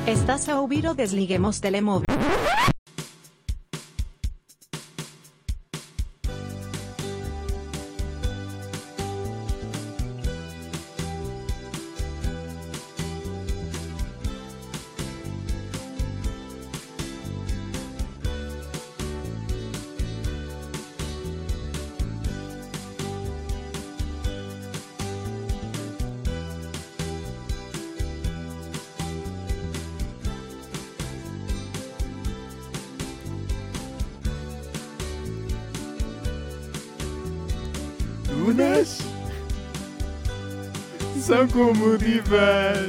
Estás a ouvir o Desliguemos Telemóvel. Dunas são como divãs,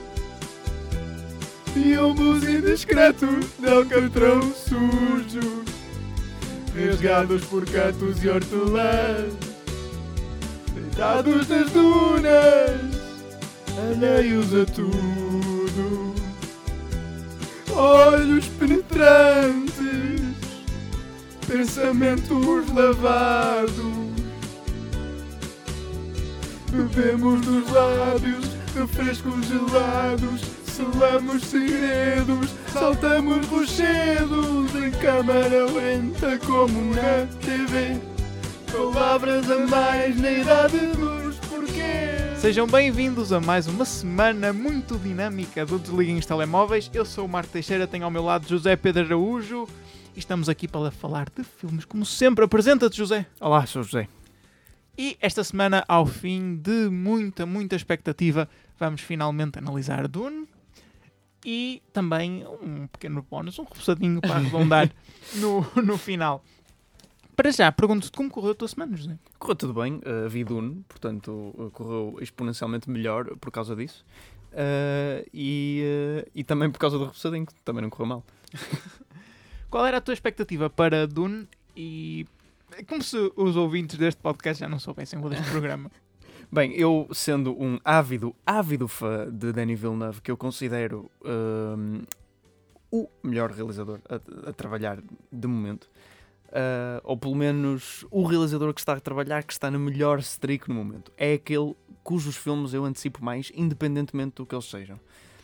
piumbos indiscretos de alcatrão sujo, rasgados por cantos e hortelãs, deitados nas dunas, alheios a tudo, olhos penetrantes, pensamentos lavados. Bebemos dos lábios, refrescos gelados, selamos segredos, saltamos rochedos em câmara lenta como na TV. Palavras a mais na idade dos porquês. Sejam bem-vindos a mais uma semana muito dinâmica do Desliguem os Telemóveis. Eu sou o Marco Teixeira, tenho ao meu lado José Pedro Araújo e estamos aqui para falar de filmes, como sempre. Apresenta-te, José. Olá, sou o José. E esta semana, ao fim de muita expectativa, vamos finalmente analisar Dune e também um pequeno bónus, um repousadinho para arredondar no final. Para já, pergunto-te como correu a tua semana, José? Correu tudo bem, vi Dune, portanto correu exponencialmente melhor por causa disso. E também por causa do repousadinho, que também não correu mal. Qual era a tua expectativa para Dune e... Como se os ouvintes deste podcast já não soubessem o deste programa. Bem, eu sendo um ávido fã de Denis Villeneuve, que eu considero o melhor realizador a trabalhar de momento, ou pelo menos o realizador que está a trabalhar, que está no melhor streak no momento, é aquele cujos filmes eu antecipo mais, independentemente do que eles sejam.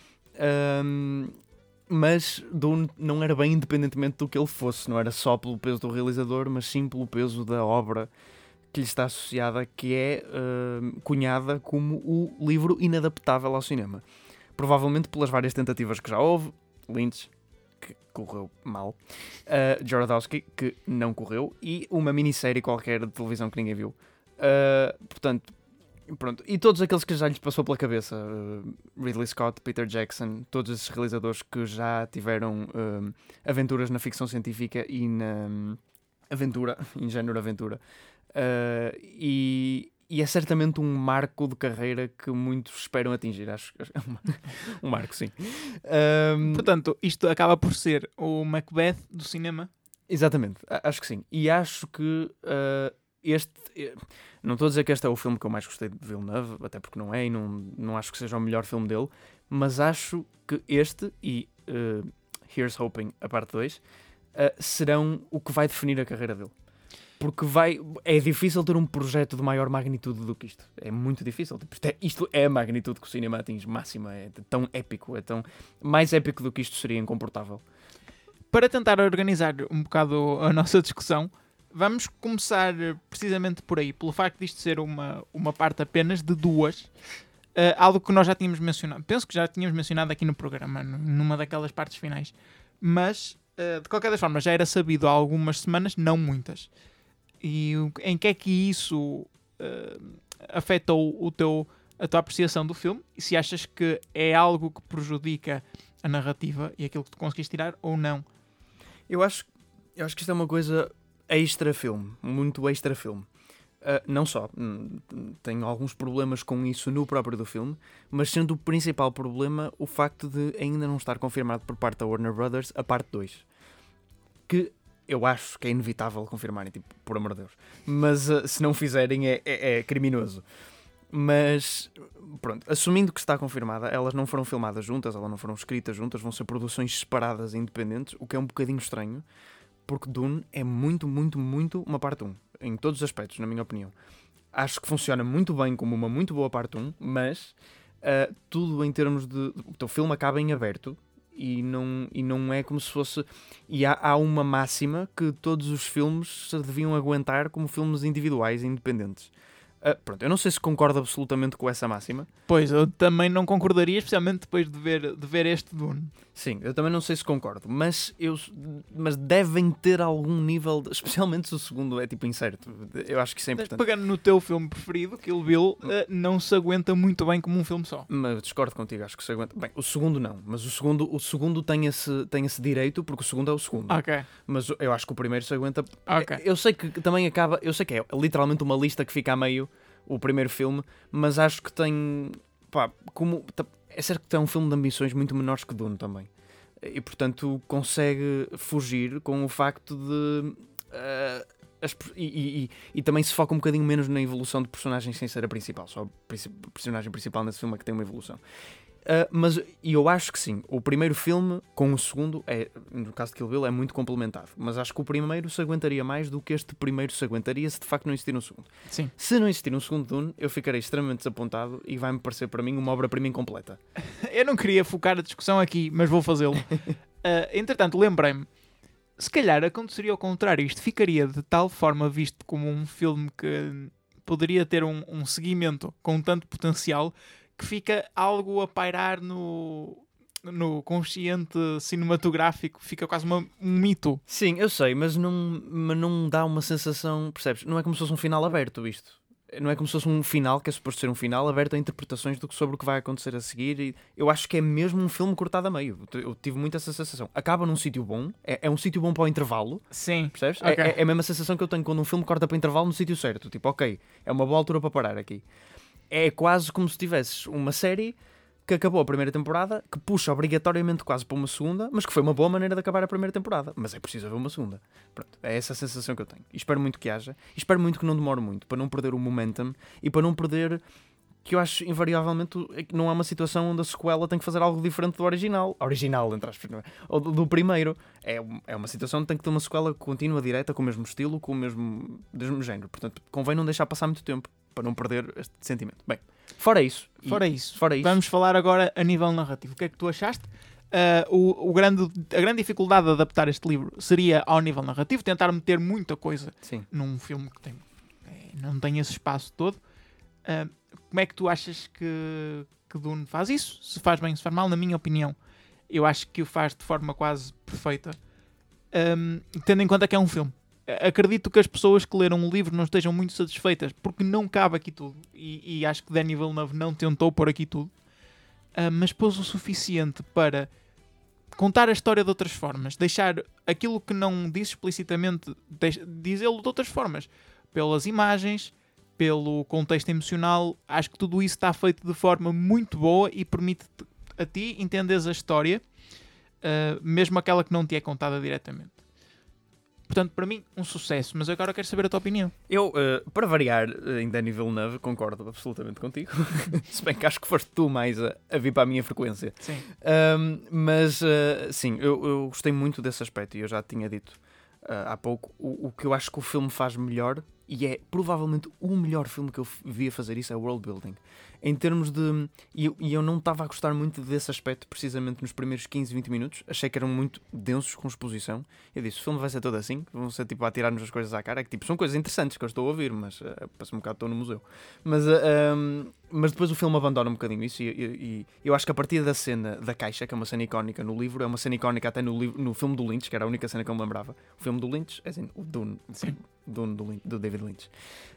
Mas Dune não era bem independentemente do que ele fosse, não era só pelo peso do realizador, mas sim pelo peso da obra que lhe está associada, que é cunhada como o livro inadaptável ao cinema. Provavelmente pelas várias tentativas que já houve, Lynch, que correu mal, Jodorowsky, que não correu, e uma minissérie qualquer de televisão que ninguém viu. Portanto, pronto, e todos aqueles que já lhes passou pela cabeça, Ridley Scott, Peter Jackson, todos esses realizadores que já tiveram aventuras na ficção científica e na aventura, em género aventura, e é certamente um marco de carreira que muitos esperam atingir, acho que é um marco, sim. Portanto, isto acaba por ser o Macbeth do cinema? Exatamente, acho que sim, e acho que não estou a dizer que este é o filme que eu mais gostei de Villeneuve, até porque não é, e não acho que seja o melhor filme dele, mas acho que este e Here's Hoping, a parte 2, serão o que vai definir a carreira dele. Porque é difícil ter um projeto de maior magnitude do que isto. É muito difícil. Isto é a magnitude que o cinema atinge máxima. É tão épico, é tão mais épico do que isto seria incomportável. Para tentar organizar um bocado a nossa discussão, vamos começar precisamente por aí, pelo facto disto ser uma parte apenas de duas, algo que nós já tínhamos mencionado, penso que já tínhamos mencionado aqui no programa, numa daquelas partes finais, mas de qualquer das formas já era sabido há algumas semanas, não muitas. E em que é que isso afetou a tua apreciação do filme? E se achas que é algo que prejudica a narrativa e aquilo que tu conseguiste tirar ou não? Eu acho que isto é uma coisa extra filme, muito extra filme. Não só, tenho alguns problemas com isso no próprio do filme, mas sendo o principal problema o facto de ainda não estar confirmado por parte da Warner Brothers a parte 2. Que eu acho que é inevitável confirmarem, tipo, por amor de Deus. Mas se não fizerem é criminoso. Mas, pronto, assumindo que está confirmada, elas não foram filmadas juntas, elas não foram escritas juntas, vão ser produções separadas e independentes, o que é um bocadinho estranho, porque Dune é muito uma parte 1, em todos os aspectos, na minha opinião. Acho que funciona muito bem como uma muito boa parte 1, mas tudo em termos de... O teu filme acaba em aberto, e não é como se fosse... E há uma máxima que todos os filmes se deviam aguentar como filmes individuais e independentes. Pronto, eu não sei se concordo absolutamente com essa máxima. Pois, eu também não concordaria, especialmente depois de ver este Dune. Sim, eu também não sei se concordo, mas devem ter algum nível, especialmente se o segundo é tipo incerto. Eu acho que isso é importante. Pegando no teu filme preferido, Kill Bill, não se aguenta muito bem como um filme só. Mas discordo contigo, acho que se aguenta. Bem, o segundo não, mas o segundo tem esse direito, porque o segundo é o segundo. Ok. Mas eu acho que o primeiro se aguenta. Ok. Eu sei que também acaba, eu sei que é literalmente uma lista que fica a meio o primeiro filme, mas acho que tem, pá, como é certo que tem um filme de ambições muito menores que Dune também, e portanto consegue fugir com o facto de e também se foca um bocadinho menos na evolução de personagens sem ser a principal, só a personagem principal nesse filme é que tem uma evolução. Mas eu acho que sim, o primeiro filme com o segundo, no caso de Kill Bill, é muito complementado, mas acho que o primeiro se aguentaria mais do que este primeiro se aguentaria se de facto não existir um segundo. Sim. Se não existir um segundo Dune, eu ficarei extremamente desapontado e vai-me parecer para mim uma obra-prima incompleta. Eu não queria focar a discussão aqui, mas vou fazê-lo. Entretanto, lembrei-me, se calhar aconteceria ao contrário, isto ficaria de tal forma visto como um filme que poderia ter um seguimento com tanto potencial que fica algo a pairar no consciente cinematográfico, fica quase um mito. Sim, eu sei, mas não dá uma sensação, percebes? Não é como se fosse um final aberto isto. Não é como se fosse um final, que é suposto ser um final aberto a interpretações sobre o que vai acontecer a seguir. E eu acho que é mesmo um filme cortado a meio. Eu tive muito essa sensação. Acaba num sítio bom, é um sítio bom para o intervalo. Sim. Percebes? Okay. É a mesma sensação que eu tenho quando um filme corta para o intervalo no sítio certo. Tipo, ok, é uma boa altura para parar aqui. É quase como se tivesses uma série que acabou a primeira temporada, que puxa obrigatoriamente quase para uma segunda, mas que foi uma boa maneira de acabar a primeira temporada. Mas é preciso haver uma segunda. Pronto, é essa a sensação que eu tenho. E espero muito que haja. E espero muito que não demore muito, para não perder o momentum e para não perder... Que eu acho, invariavelmente, não há uma situação onde a sequela tem que fazer algo diferente do original. Original, entre aspas, não é? Ou do primeiro. É uma situação onde tem que ter uma sequela contínua, direta, com o mesmo estilo, com o mesmo género. Portanto, convém não deixar passar muito tempo, para não perder este sentimento. Bem, fora isso, vamos falar agora a nível narrativo. O que é que tu achaste? A grande dificuldade de adaptar este livro seria ao nível narrativo, tentar meter muita coisa num filme que não tem esse espaço todo. Como é que tu achas que Dune faz isso? Se faz bem, se faz mal, na minha opinião, eu acho que o faz de forma quase perfeita, tendo em conta que é um filme. Acredito que as pessoas que leram o livro não estejam muito satisfeitas porque não cabe aqui tudo, e acho que Denis Villeneuve não tentou pôr aqui tudo, mas pôs o suficiente para contar a história de outras formas, deixar aquilo que não disse explicitamente, dizê-lo de outras formas, pelas imagens, pelo contexto emocional. Acho que tudo isso está feito de forma muito boa e permite a ti entenderes a história, mesmo aquela que não te é contada diretamente. Portanto, para mim, um sucesso. Mas agora quero saber a tua opinião. Eu, para variar, em Denis Villeneuve, concordo absolutamente contigo. Se bem que acho que foste tu mais a vir para a minha frequência. Sim. Mas, sim, eu gostei muito desse aspecto. E eu já tinha dito há pouco. O que eu acho que o filme faz melhor, e é provavelmente o melhor filme que eu vi a fazer isso, é world building. Em termos de... E eu não estava a gostar muito desse aspecto precisamente nos primeiros 15, 20 minutos. Achei que eram muito densos com exposição. Eu disse, o filme vai ser todo assim, vão ser tipo a tirar-nos as coisas à cara, que tipo, são coisas interessantes que eu estou a ouvir, mas parece um bocado estou no museu. Mas depois o filme abandona um bocadinho isso, e eu acho que a partir da cena da caixa, que é uma cena icónica no livro, é uma cena icónica até no filme do Lynch, que era a única cena que eu me lembrava. O filme do Lynch, é assim, o Dune, do David Lynch.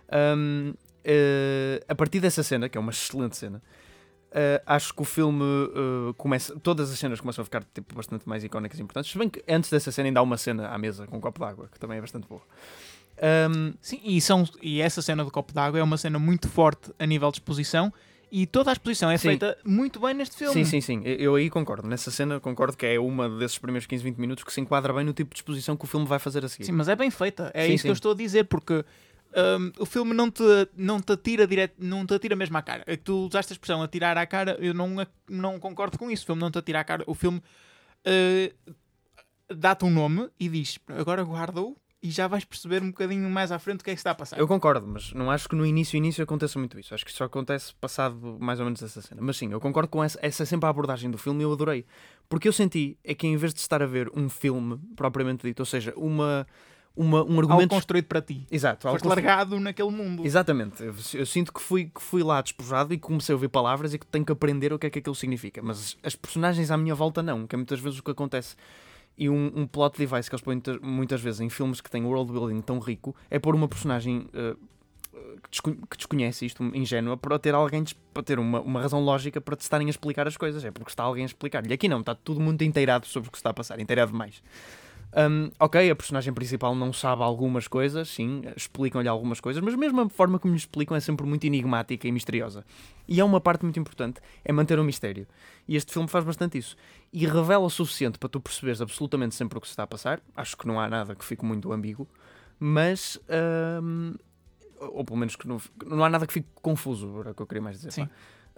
A partir dessa cena, que é uma excelente cena, acho que o filme começa, todas as cenas começam a ficar tipo, bastante mais icónicas e importantes. Se bem que antes dessa cena ainda há uma cena à mesa com um copo d'água, que também é bastante boa. Sim, e essa cena do copo d'água é uma cena muito forte a nível de exposição, e toda a exposição é feita muito bem neste filme. Sim. Eu aí concordo. Nessa cena concordo que é uma desses primeiros 15, 20 minutos que se enquadra bem no tipo de exposição que o filme vai fazer a seguir. Sim, mas é bem feita. É isso que eu estou a dizer, porque o filme não te atira direto, não te atira mesmo à cara. É que tu usaste a expressão atirar à cara, eu não concordo com isso. O filme não te atira à cara. O filme dá-te um nome e diz, agora guarda-o e já vais perceber um bocadinho mais à frente o que é que está a passar. Eu concordo, mas não acho que no início aconteça muito isso. Acho que só acontece passado mais ou menos essa cena. Mas sim, eu concordo com essa é sempre a abordagem do filme e eu adorei. Porque eu senti é que em vez de estar a ver um filme propriamente dito, ou seja, um Algo argumento... construído para ti. Exato. Foste largado naquele mundo. Exatamente. Eu sinto que fui lá despojado e comecei a ouvir palavras e que tenho que aprender o que é que aquilo significa. Mas as personagens à minha volta não, que é muitas vezes o que acontece. E um plot device que eles põem muitas vezes em filmes que têm world building tão rico é pôr uma personagem que desconhece isto, ingênua, para ter alguém para ter uma razão lógica para te estarem a explicar as coisas. É porque está alguém a explicar. E aqui não, está tudo muito inteirado sobre o que se está a passar, inteirado demais. Ok, a personagem principal não sabe algumas coisas, sim, explicam-lhe algumas coisas, mas mesmo a forma como lhe explicam é sempre muito enigmática e misteriosa. E é uma parte muito importante, é manter o mistério. E este filme faz bastante isso. E revela o suficiente para tu perceberes absolutamente sempre o que se está a passar. Acho que não há nada que fique muito ambíguo, mas... ou pelo menos que não há nada que fique confuso, era o que eu queria mais dizer. Sim.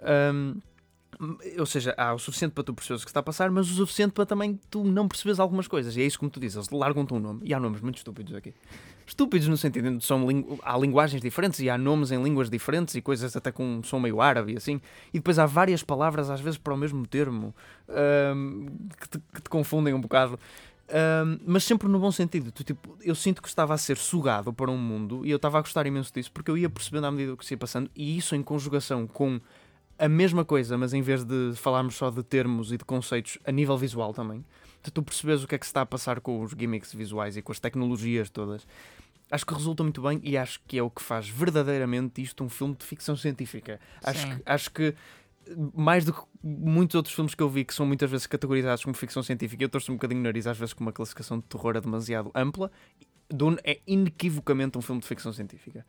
Ou seja, há o suficiente para tu perceberes o que está a passar, mas o suficiente para também tu não perceberes algumas coisas. E é isso como tu dizes, eles largam-te um nome. E há nomes muito estúpidos aqui. Estúpidos no sentido de há linguagens diferentes e há nomes em línguas diferentes e coisas até com um som meio árabe e assim. E depois há várias palavras às vezes para o mesmo termo que te confundem um bocado. Mas sempre no bom sentido. Eu sinto que estava a ser sugado para um mundo e eu estava a gostar imenso disso porque eu ia percebendo à medida que se ia passando, e isso em conjugação com a mesma coisa, mas em vez de falarmos só de termos e de conceitos a nível visual também, de tu percebes o que é que se está a passar com os gimmicks visuais e com as tecnologias todas, acho que resulta muito bem e acho que é o que faz verdadeiramente isto um filme de ficção científica. Acho que mais do que muitos outros filmes que eu vi que são muitas vezes categorizados como ficção científica, eu torço um bocadinho o nariz às vezes com uma classificação de terror demasiado ampla. Dune é inequivocamente um filme de ficção científica.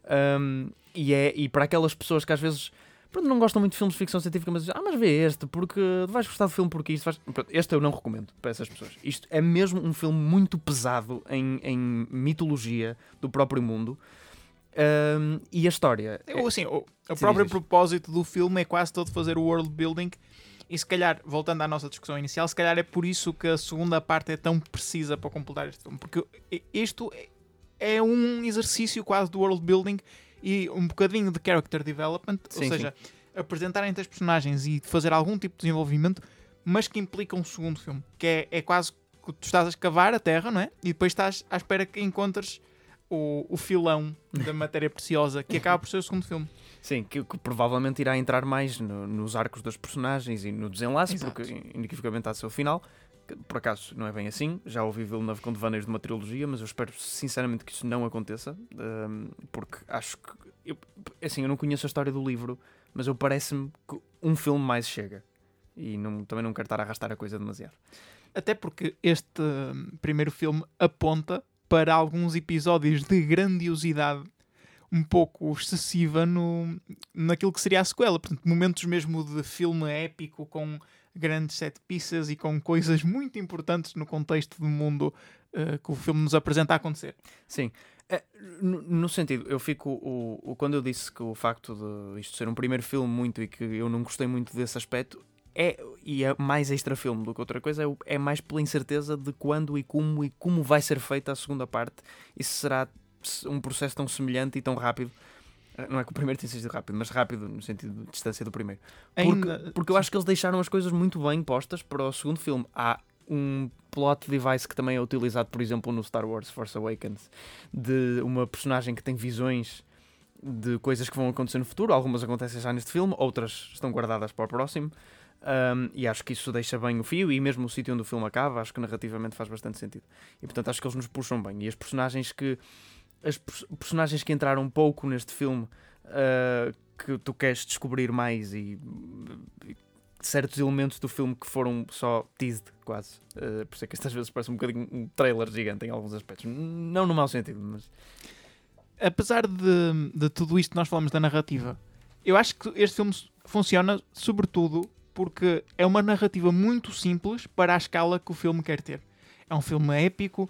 E para aquelas pessoas que às vezes não gostam muito de filmes de ficção científica, mas dizem, mas vê este, porque vais gostar do filme porque isto faz... Este eu não recomendo para essas pessoas. Isto é mesmo um filme muito pesado em mitologia do próprio mundo. E a história... O próprio propósito do filme é quase todo fazer o world building, e se calhar, voltando à nossa discussão inicial, se calhar é por isso que a segunda parte é tão precisa para completar este filme, porque isto é um exercício quase do world building e um bocadinho de character development, ou seja, apresentarem-te as personagens e fazer algum tipo de desenvolvimento, mas que implica um segundo filme, que é quase que tu estás a escavar a terra, não é? E depois estás à espera que encontres o filão da matéria preciosa, que acaba por ser o segundo filme. Sim, que provavelmente irá entrar mais nos arcos das personagens e no desenlace. Exato. Porque inequivocamente há seu final. Que, por acaso não é bem assim, já ouvi Villeneuve com devaneios de uma trilogia, mas eu espero sinceramente que isso não aconteça, porque acho que eu não conheço a história do livro, mas parece-me que um filme mais chega, e também não quero estar a arrastar a coisa demasiado. Até porque este primeiro filme aponta para alguns episódios de grandiosidade um pouco excessiva naquilo que seria a sequela. Portanto, momentos mesmo de filme épico com grandes set pieces e com coisas muito importantes no contexto do mundo que o filme nos apresenta a acontecer. Sim. No sentido, eu fico... quando eu disse que o facto de isto ser um primeiro filme muito e que eu não gostei muito desse aspecto, é mais extra filme do que outra coisa, é mais pela incerteza de quando e como vai ser feita a segunda parte, e se será um processo tão semelhante e tão rápido. Não é que o primeiro tenha sido rápido, mas rápido no sentido de distância do primeiro. Porque eu acho que eles deixaram as coisas muito bem postas para o segundo filme. Há um plot device que também é utilizado, por exemplo, no Star Wars Force Awakens, de uma personagem que tem visões de coisas que vão acontecer no futuro. Algumas acontecem já neste filme, outras estão guardadas para o próximo. E acho que isso deixa bem o fio, e mesmo o sítio onde o filme acaba, acho que narrativamente faz bastante sentido. E portanto acho que eles nos puxam bem. E as personagens que entraram um pouco neste filme, que tu queres descobrir mais, e certos elementos do filme que foram só teased quase, por isso é que estas vezes parece um bocadinho um trailer gigante em alguns aspectos, não no mau sentido, mas... Apesar de tudo isto que nós falamos da narrativa, eu acho que este filme funciona sobretudo porque é uma narrativa muito simples para a escala que o filme quer ter. É um filme épico,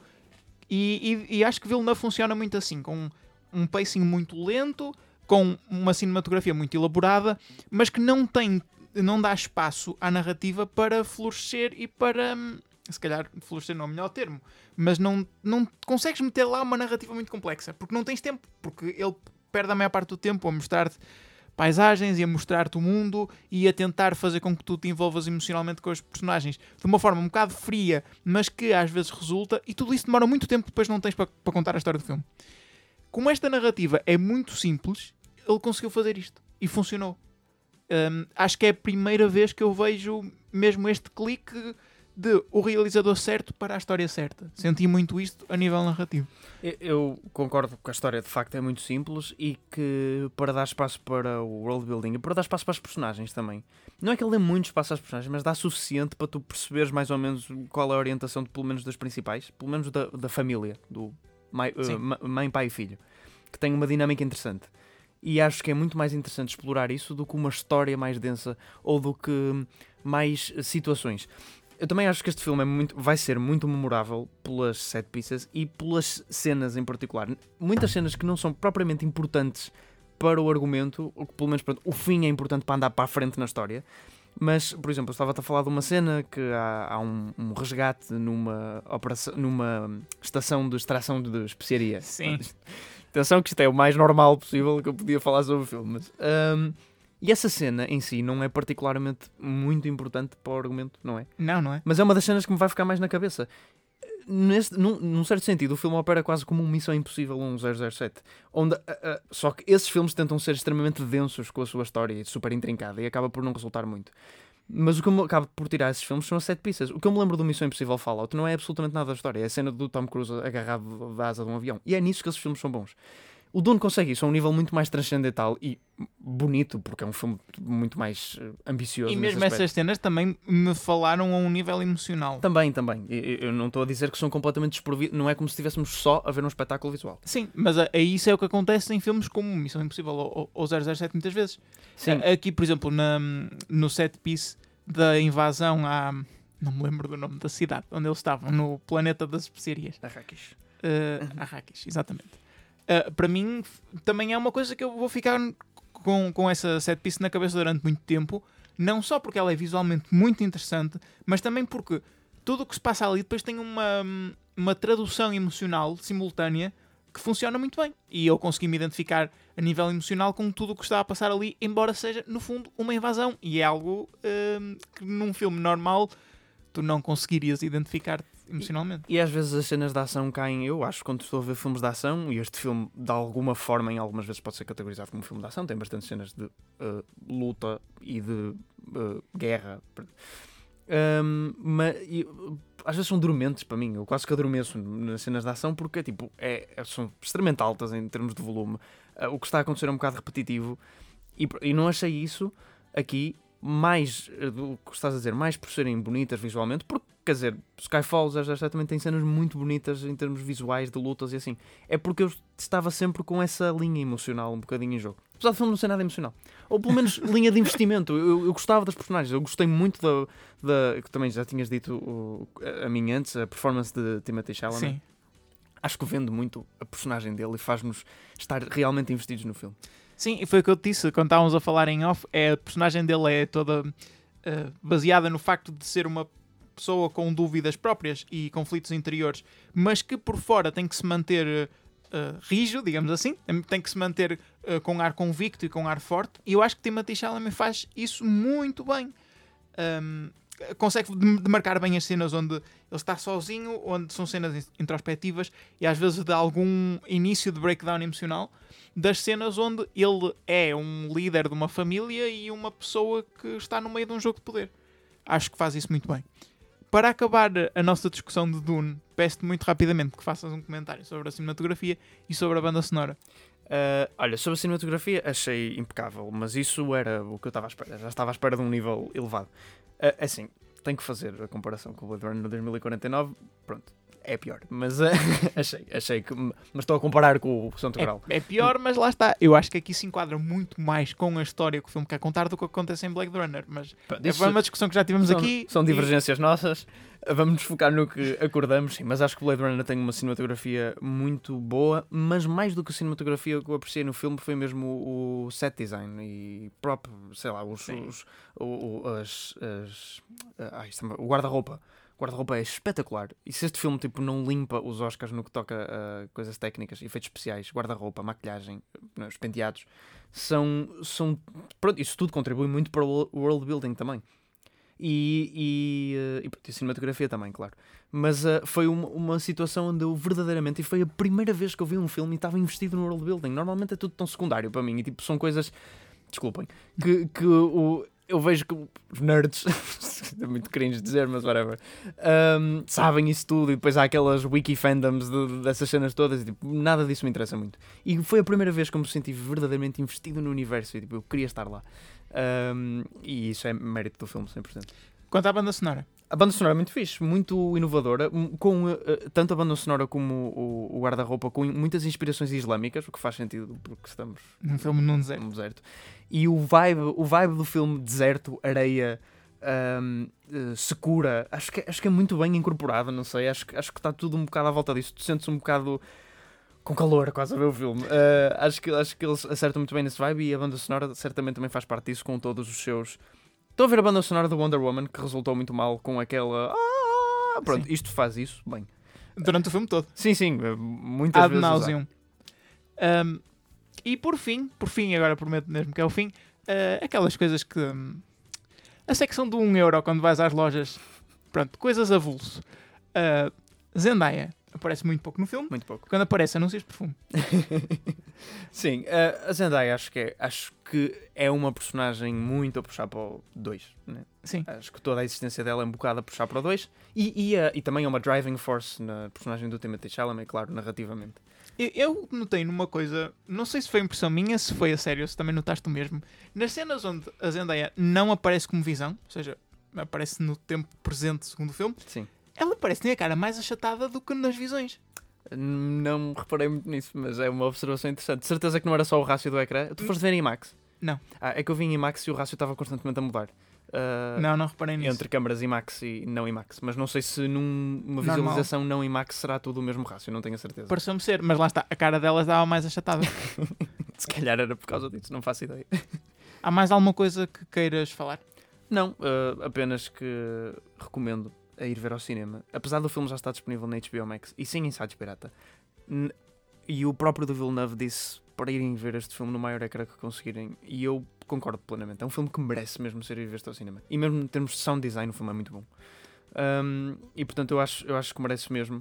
e acho que Villeneuve funciona muito assim, com um pacing muito lento, com uma cinematografia muito elaborada, mas que não dá espaço à narrativa para florescer e para se calhar florescer não é o melhor termo, mas não consegues meter lá uma narrativa muito complexa, porque não tens tempo, porque ele perde a maior parte do tempo a mostrar-te paisagens e a mostrar-te o mundo e a tentar fazer com que tu te envolvas emocionalmente com os personagens de uma forma um bocado fria, mas que às vezes resulta, e tudo isso demora muito tempo, depois não tens para contar a história do filme. Como esta narrativa é muito simples, ele conseguiu fazer isto e funcionou. Acho que é a primeira vez que eu vejo mesmo este clique de o realizador certo para a história certa. Senti muito isto a nível narrativo. Eu concordo que a história de facto é muito simples e que para dar espaço para o world building e para dar espaço para os personagens também. Não é que ele dê muito espaço aos personagens, mas dá suficiente para tu perceberes mais ou menos qual é a orientação de, pelo menos das principais, pelo menos da família, do mãe, pai e filho, que tem uma dinâmica interessante. E acho que é muito mais interessante explorar isso do que uma história mais densa ou do que mais situações. Eu também acho que este filme vai ser muito memorável pelas set pieces e pelas cenas em particular. Muitas cenas que não são propriamente importantes para o argumento, ou que pelo menos o fim é importante para andar para a frente na história. Mas, por exemplo, eu estava-te a falar de uma cena que há um resgate numa estação de extração de especiaria. Sim. Atenção que isto é o mais normal possível que eu podia falar sobre o filme. Mas, e essa cena em si não é particularmente muito importante para o argumento, não é? Não é? Mas é uma das cenas que me vai ficar mais na cabeça. Num certo sentido, o filme opera quase como uma Missão Impossível, um 007. Onde, só que esses filmes tentam ser extremamente densos com a sua história e super intrincada e acaba por não resultar muito. Mas o que eu acabo por tirar esses filmes são as set pieces. O que eu me lembro do Missão Impossível Fallout não é absolutamente nada da história. É a cena do Tom Cruise agarrado da asa de um avião. E é nisso que esses filmes são bons. O Dune consegue isso a um nível muito mais transcendental e bonito, porque é um filme muito mais ambicioso. E mesmo essas cenas também me falaram a um nível emocional. Também. Eu não estou a dizer que são completamente desprovidos. Não é como se estivéssemos só a ver um espetáculo visual. Sim, mas isso é o que acontece em filmes como Missão Impossível ou 007 muitas vezes. Sim. Aqui, por exemplo, no set piece da invasão à... Não me lembro do nome da cidade onde eles estavam, no planeta das especiarias. Arrakis. Arrakis, exatamente. Para mim, também é uma coisa que eu vou ficar com essa set piece na cabeça durante muito tempo, não só porque ela é visualmente muito interessante, mas também porque tudo o que se passa ali depois tem uma tradução emocional simultânea que funciona muito bem. E eu consegui me identificar a nível emocional com tudo o que está a passar ali, embora seja, no fundo, uma invasão. E é algo que num filme normal tu não conseguirias identificar-te emocionalmente. E às vezes as cenas de ação caem, eu acho, quando estou a ver filmes de ação, e este filme, de alguma forma, em algumas vezes pode ser categorizado como filme de ação, tem bastantes cenas de luta e de guerra. Mas às vezes são dormentes para mim, eu quase que adormeço nas cenas de ação porque tipo, são extremamente altas em termos de volume. O que está a acontecer é um bocado repetitivo e não achei isso aqui mais do que estás a dizer, mais por serem bonitas visualmente, porque quer dizer, Skyfall 007 também tem cenas muito bonitas em termos visuais, de lutas e assim. É porque eu estava sempre com essa linha emocional um bocadinho em jogo. Apesar de filme não ser nada emocional. Ou pelo menos linha de investimento. Eu gostava das personagens. Eu gostei muito da que também já tinhas dito a mim antes, a performance de Timothée Chalamet. Sim. Acho que vende muito a personagem dele e faz-nos estar realmente investidos no filme. Sim, e foi o que eu te disse quando estávamos a falar em off. A personagem dele é toda baseada no facto de ser uma pessoa com dúvidas próprias e conflitos interiores, mas que por fora tem que se manter rijo, digamos assim, tem que se manter com ar convicto e com ar forte, e eu acho que Timothée Chalamet faz isso muito bem. Consegue demarcar bem as cenas onde ele está sozinho, onde são cenas introspectivas e às vezes de algum início de breakdown emocional, das cenas onde ele é um líder de uma família e uma pessoa que está no meio de um jogo de poder. Acho que faz isso muito bem. Para acabar a nossa discussão de Dune, peço-te muito rapidamente que faças um comentário sobre a cinematografia e sobre a banda sonora. Olha, sobre a cinematografia achei impecável, mas isso era o que eu estava à espera. Já estava à espera de um nível elevado. Assim, tenho que fazer a comparação com o Blade Runner 2049. Pronto, é pior. Mas achei que... Mas estou a comparar com o Santo Graal. É pior, mas lá está. Eu acho que aqui se enquadra muito mais com a história que o filme quer contar do que acontece em Blade Runner. Mas é uma discussão que já tivemos aqui. São divergências nossas. Vamos nos focar no que acordamos, sim, mas acho que o Blade Runner tem uma cinematografia muito boa, mas mais do que a cinematografia, o que eu apreciei no filme foi mesmo o set design e próprio, sei lá, o guarda-roupa. guarda-roupa é espetacular. E se este filme tipo, não limpa os Oscars no que toca a coisas técnicas, efeitos especiais, guarda-roupa, maquilhagem, os penteados, pronto, isso tudo contribui muito para o world building também. E cinematografia também, claro. Mas foi uma situação onde eu verdadeiramente, e foi a primeira vez que eu vi um filme e estava investido no world building. Normalmente é tudo tão secundário para mim, e tipo, são coisas, desculpem, eu vejo que os nerds, é muito cringe dizer, mas whatever, sabem isso tudo, e depois há aquelas wiki fandoms dessas cenas todas, e tipo, nada disso me interessa muito. E foi a primeira vez que eu me senti verdadeiramente investido no universo, e tipo, eu queria estar lá. E isso é mérito do filme, 100%. Quanto à banda sonora? A banda sonora é muito fixe, muito inovadora, com tanto a banda sonora como o guarda-roupa, com muitas inspirações islâmicas, o que faz sentido porque estamos num filme num deserto. E o vibe do filme, deserto, areia, secura, acho que é muito bem incorporado, não sei, acho que está tudo um bocado à volta disso. Tu sentes um bocado com calor quase a ver o filme. Acho que eles acertam muito bem nesse vibe, e a banda sonora certamente também faz parte disso, com todos os seus... Estou a ver a banda sonora do Wonder Woman, que resultou muito mal com aquela... Pronto, sim. Isto faz isso, bem. Durante o filme todo. Sim, muitas Ad vezes. nauseam. E por fim, agora prometo mesmo que é o fim, aquelas coisas que... a secção do 1€, quando vais às lojas, pronto, coisas avulso. Zendaya aparece muito pouco no filme. Muito pouco. Quando aparece, anúncios de perfume. Sim, a Zendaya acho que é uma personagem muito a puxar para o 2, né? Sim. Acho que toda a existência dela é um bocado a puxar para o 2, e também é uma driving force na personagem do Timothée Chalamet, claro, narrativamente. Eu notei numa coisa, não sei se foi impressão minha, se foi a sério, se também notaste o mesmo. Nas cenas onde a Zendaya não aparece como visão, ou seja, aparece no tempo presente segundo o filme, sim, ela parece ter a cara mais achatada do que nas visões. Não reparei muito nisso, mas é uma observação interessante. De certeza que não era só o rácio do ecrã. Tu foste ver em IMAX? Não. É que eu vi em IMAX e o rácio estava constantemente a mudar. Não reparei nisso. Entre câmaras IMAX e não IMAX. Mas não sei se numa visualização não IMAX será tudo o mesmo rácio, não tenho a certeza. Pareceu-me ser, mas lá está, a cara dela estava mais achatada. Se calhar era por causa disso, não faço ideia. Há mais alguma coisa que queiras falar? Não, apenas que recomendo a ir ver ao cinema. Apesar do filme já estar disponível na HBO Max e sim em sites pirata. E o próprio do Villeneuve disse para irem ver este filme no maior ecrã que conseguirem. E eu concordo plenamente. É um filme que merece mesmo ser ir ver ao cinema. E mesmo em termos de sound design, o filme é muito bom. E portanto eu acho que merece mesmo.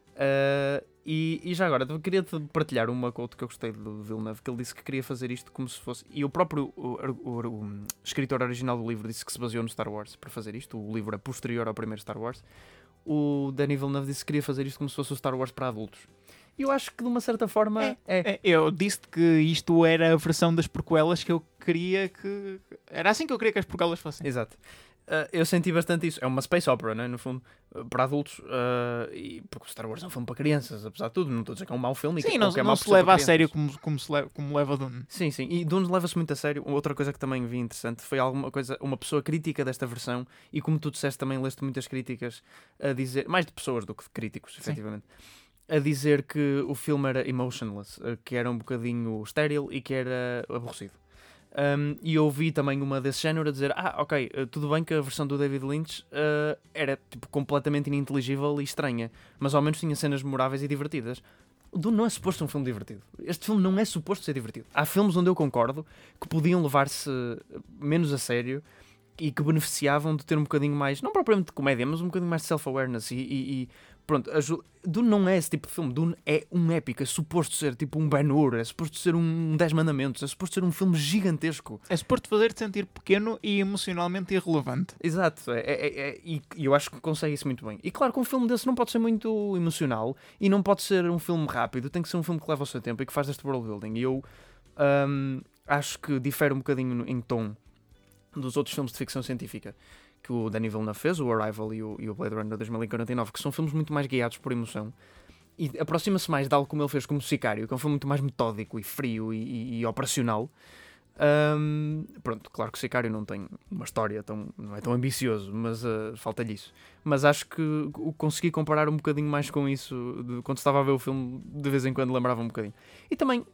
E já agora, eu queria partilhar uma quote que eu gostei do Villeneuve, que ele disse que queria fazer isto como se fosse... E o próprio o escritor original do livro disse que se baseou no Star Wars para fazer isto. O livro é posterior ao primeiro Star Wars. O Denis Villeneuve disse que queria fazer isto como se fosse o Star Wars para adultos. E eu acho que de uma certa forma Eu disse que isto era a versão das prequelas que eu queria que... Era assim que eu queria que as prequelas fossem. Exato. Eu senti bastante isso. É uma space opera, né, no fundo, para adultos, porque o Star Wars é um filme para crianças, apesar de tudo. Não estou a dizer que é um mau filme. Sim, não se leva a sério como leva Dune. Sim, e Dune leva-se muito a sério. Outra coisa que também vi interessante foi uma pessoa crítica desta versão, e como tu disseste, também leste muitas críticas a dizer, mais de pessoas do que de críticos, efetivamente, a dizer que o filme era emotionless, que era um bocadinho estéril e que era aborrecido. E eu ouvi também uma desse género a dizer ok, tudo bem que a versão do David Lynch era tipo, completamente ininteligível e estranha, mas ao menos tinha cenas memoráveis e divertidas. O Dune não é suposto ser um filme divertido. Este filme não é suposto ser divertido. Há filmes onde eu concordo que podiam levar-se menos a sério e que beneficiavam de ter um bocadinho mais, não propriamente de comédia, mas um bocadinho mais de self-awareness e pronto, Dune não é esse tipo de filme. Dune é um épico, é suposto ser tipo um Ben-Hur, é suposto ser um 10 Mandamentos, é suposto ser um filme gigantesco. É suposto fazer-te sentir pequeno e emocionalmente irrelevante. Exato, e eu acho que consegue isso muito bem. E claro que um filme desse não pode ser muito emocional e não pode ser um filme rápido, tem que ser um filme que leva o seu tempo e que faz este world building. E eu acho que difere um bocadinho em tom dos outros filmes de ficção científica que o Denis Villeneuve fez, o Arrival e o Blade Runner 2049, que são filmes muito mais guiados por emoção e aproxima-se mais de algo como ele fez como Sicário, que é um filme muito mais metódico e frio e operacional. Pronto, claro que o Sicário não tem uma história não é tão ambicioso, mas falta-lhe isso. Mas acho que consegui comparar um bocadinho mais com isso quando estava a ver o filme, de vez em quando lembrava um bocadinho. E também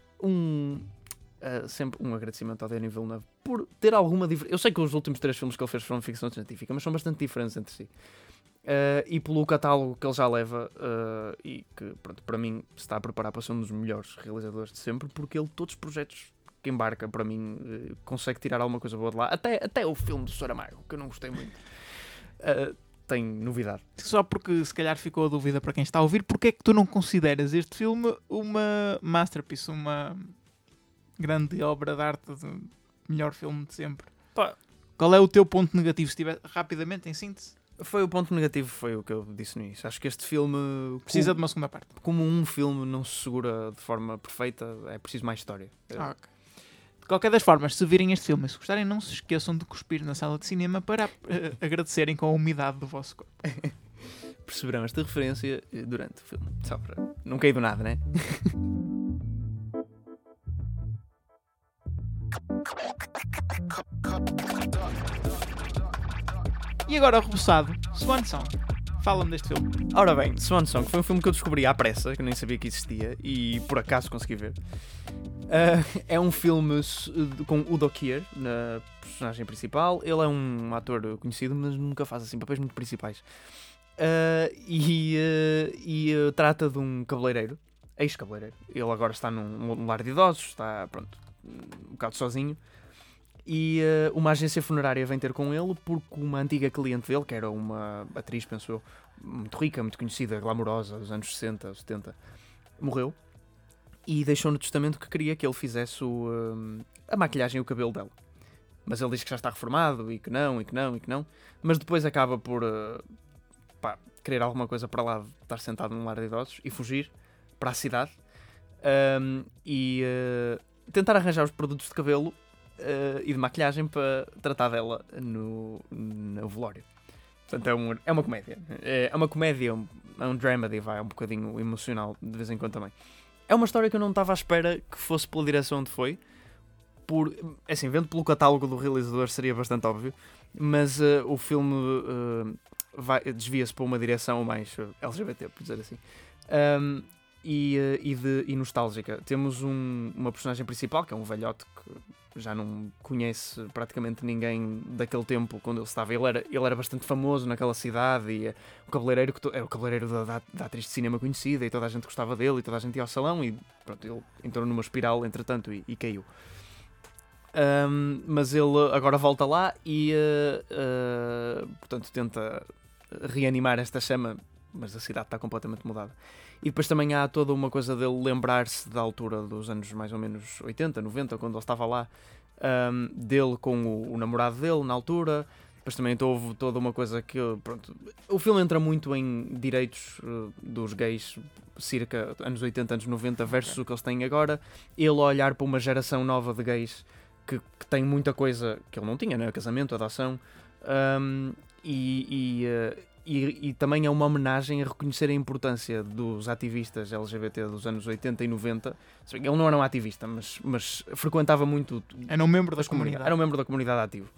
sempre um agradecimento ao Denis Villeneuve por ter alguma diferença. Eu sei que os últimos 3 filmes que ele fez foram ficção científica, mas são bastante diferentes entre si. e pelo catálogo que ele já leva, e que, pronto, para mim se está a preparar para ser um dos melhores realizadores de sempre, porque ele, todos os projetos que embarca, para mim, consegue tirar alguma coisa boa de lá. Até o filme do Saramago, que eu não gostei muito, tem novidade. Só porque se calhar ficou a dúvida para quem está a ouvir, porque é que tu não consideras este filme uma masterpiece, uma grande obra de arte, de melhor filme de sempre? Pá. Qual é o teu ponto negativo, se tiver rapidamente em síntese? Foi o ponto negativo, foi o que eu disse no início. Acho que este filme Precisa de uma segunda parte. Como um filme não se segura de forma perfeita, é preciso mais história. Ok. De qualquer das formas, se virem este filme e se gostarem, não se esqueçam de cuspir na sala de cinema para agradecerem com a umidade do vosso corpo. Perceberão esta referência durante o filme. Só para não cair do nada, né? E agora, reboçado, Swan Song. Fala-me deste filme. Ora bem, Swan Song foi um filme que eu descobri à pressa, que eu nem sabia que existia, e por acaso consegui ver. É um filme com Udo Kier na personagem principal. Ele é um ator conhecido, mas nunca faz assim papéis muito principais. Trata de um cabeleireiro, ex-cabeleireiro. Ele agora está num lar de idosos, está, pronto, um bocado sozinho. E uma agência funerária vem ter com ele porque uma antiga cliente dele, que era uma atriz, penso eu, muito rica, muito conhecida, glamourosa, dos anos 60, 70, morreu. E deixou no testamento que queria que ele fizesse a maquilhagem e o cabelo dela. Mas ele diz que já está reformado e que não. Mas depois acaba por querer alguma coisa para lá de estar sentado num lar de idosos e fugir para a cidade e tentar arranjar os produtos de cabelo e de maquilhagem para tratar dela no velório. Portanto, é uma comédia. É uma comédia, é um dramedy, vai, um bocadinho emocional de vez em quando também. É uma história que eu não estava à espera que fosse pela direção onde foi. Assim, vendo pelo catálogo do realizador seria bastante óbvio, mas o filme desvia-se para uma direção mais LGBT, por dizer assim. E nostálgica. Temos uma personagem principal, que é um velhote que já não conhece praticamente ninguém daquele tempo quando ele estava. Ele era bastante famoso naquela cidade e o cabeleireiro era o cabeleireiro da atriz de cinema conhecida e toda a gente gostava dele e toda a gente ia ao salão e pronto, ele entrou numa espiral entretanto e caiu. Mas ele agora volta lá e portanto tenta reanimar esta chama, mas a cidade está completamente mudada. E depois também há toda uma coisa dele lembrar-se da altura dos anos mais ou menos 80, 90, quando ele estava lá, dele com o namorado dele na altura. Depois também houve toda uma coisa que, pronto, o filme entra muito em direitos dos gays, circa anos 80, anos 90 versus o que eles têm agora. Ele a olhar para uma geração nova de gays que tem muita coisa que ele não tinha, né? Casamento, adoção, e também é uma homenagem a reconhecer a importância dos ativistas LGBT dos anos 80 e 90. Ele não era um ativista, mas frequentava muito... Era um membro da comunidade. Era um membro da comunidade ativo.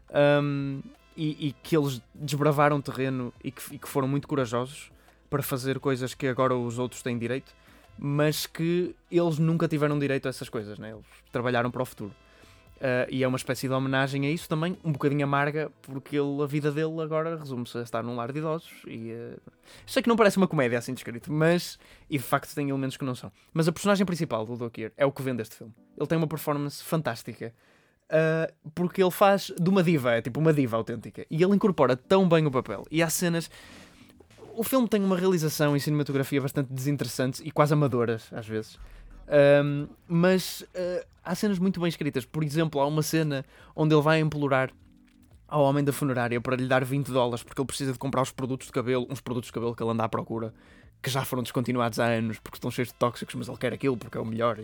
E que eles desbravaram terreno e que foram muito corajosos para fazer coisas que agora os outros têm direito, mas que eles nunca tiveram direito a essas coisas, né? Eles trabalharam para o futuro. E é uma espécie de homenagem a isso também, um bocadinho amarga, porque a vida dele agora resume-se a estar num lar de idosos. Sei que não parece uma comédia assim descrito, e de facto tem elementos que não são. Mas a personagem principal do Udo Kier é o que vende este filme. Ele tem uma performance fantástica, porque ele faz de uma diva, é tipo uma diva autêntica, e ele incorpora tão bem o papel. E há cenas... O filme tem uma realização e cinematografia bastante desinteressantes e quase amadoras, às vezes. Mas há cenas muito bem escritas. Por exemplo, há uma cena onde ele vai implorar ao homem da funerária para lhe dar $20 porque ele precisa de comprar uns produtos de cabelo que ele anda à procura, que já foram descontinuados há anos porque estão cheios de tóxicos, mas ele quer aquilo porque é o melhor.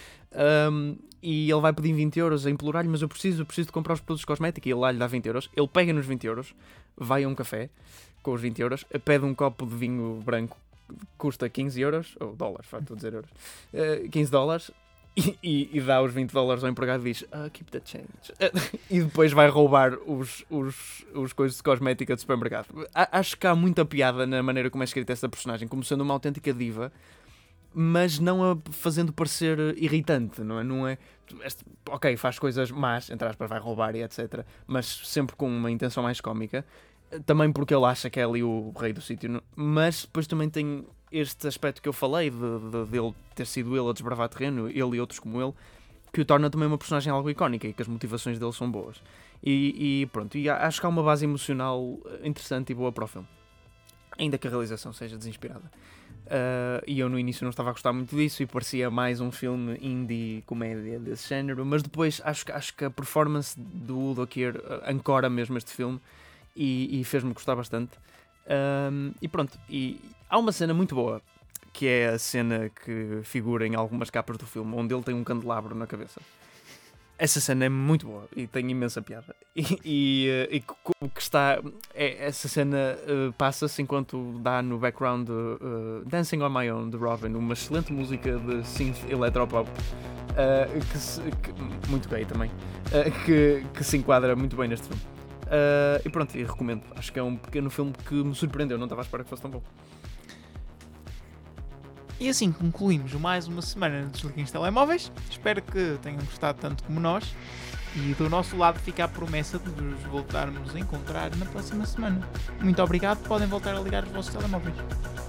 E ele vai pedir €20 a implorar-lhe, mas eu preciso de comprar os produtos cosméticos, e ele lá lhe dá €20. Ele pega nos €20, vai a um café com os €20, pede um copo de vinho branco, custa €15, ou dólares, estou a dizer euros, $15, e dá os $20 ao empregado e diz keep the change. E depois vai roubar os coisas de cosmética do supermercado. Acho que há muita piada na maneira como é escrita essa personagem, como sendo uma autêntica diva, mas não a fazendo parecer irritante, não é? Ok, faz coisas más, entre aspas, vai roubar e etc, mas sempre com uma intenção mais cómica. também porque ele acha que é ali o rei do sítio, mas depois também tem este aspecto que eu falei de ele ter sido ele a desbravar terreno, ele e outros como ele, que o torna também uma personagem algo icónica e que as motivações dele são boas. E pronto, e acho que há uma base emocional interessante e boa para o filme, ainda que a realização seja desinspirada. E eu no início não estava a gostar muito disso e parecia mais um filme indie comédia desse género, mas depois acho que a performance do Udo Kier ancora mesmo este filme e fez-me gostar bastante. E pronto, e há uma cena muito boa, que é a cena que figura em algumas capas do filme, onde ele tem um candelabro na cabeça. Essa cena é muito boa e tem imensa piada. Essa cena passa-se enquanto dá no background Dancing on My Own de Robin, uma excelente música de synth electropop, muito gay também, que se enquadra muito bem neste filme. E pronto, e recomendo. Acho que é um pequeno filme que me surpreendeu, não estava à espera que fosse tão bom. E assim concluímos mais uma semana de Desliguem os Telemóveis. Espero que tenham gostado tanto como nós. E do nosso lado fica a promessa de nos voltarmos a encontrar na próxima semana. Muito obrigado, podem voltar a ligar os vossos telemóveis.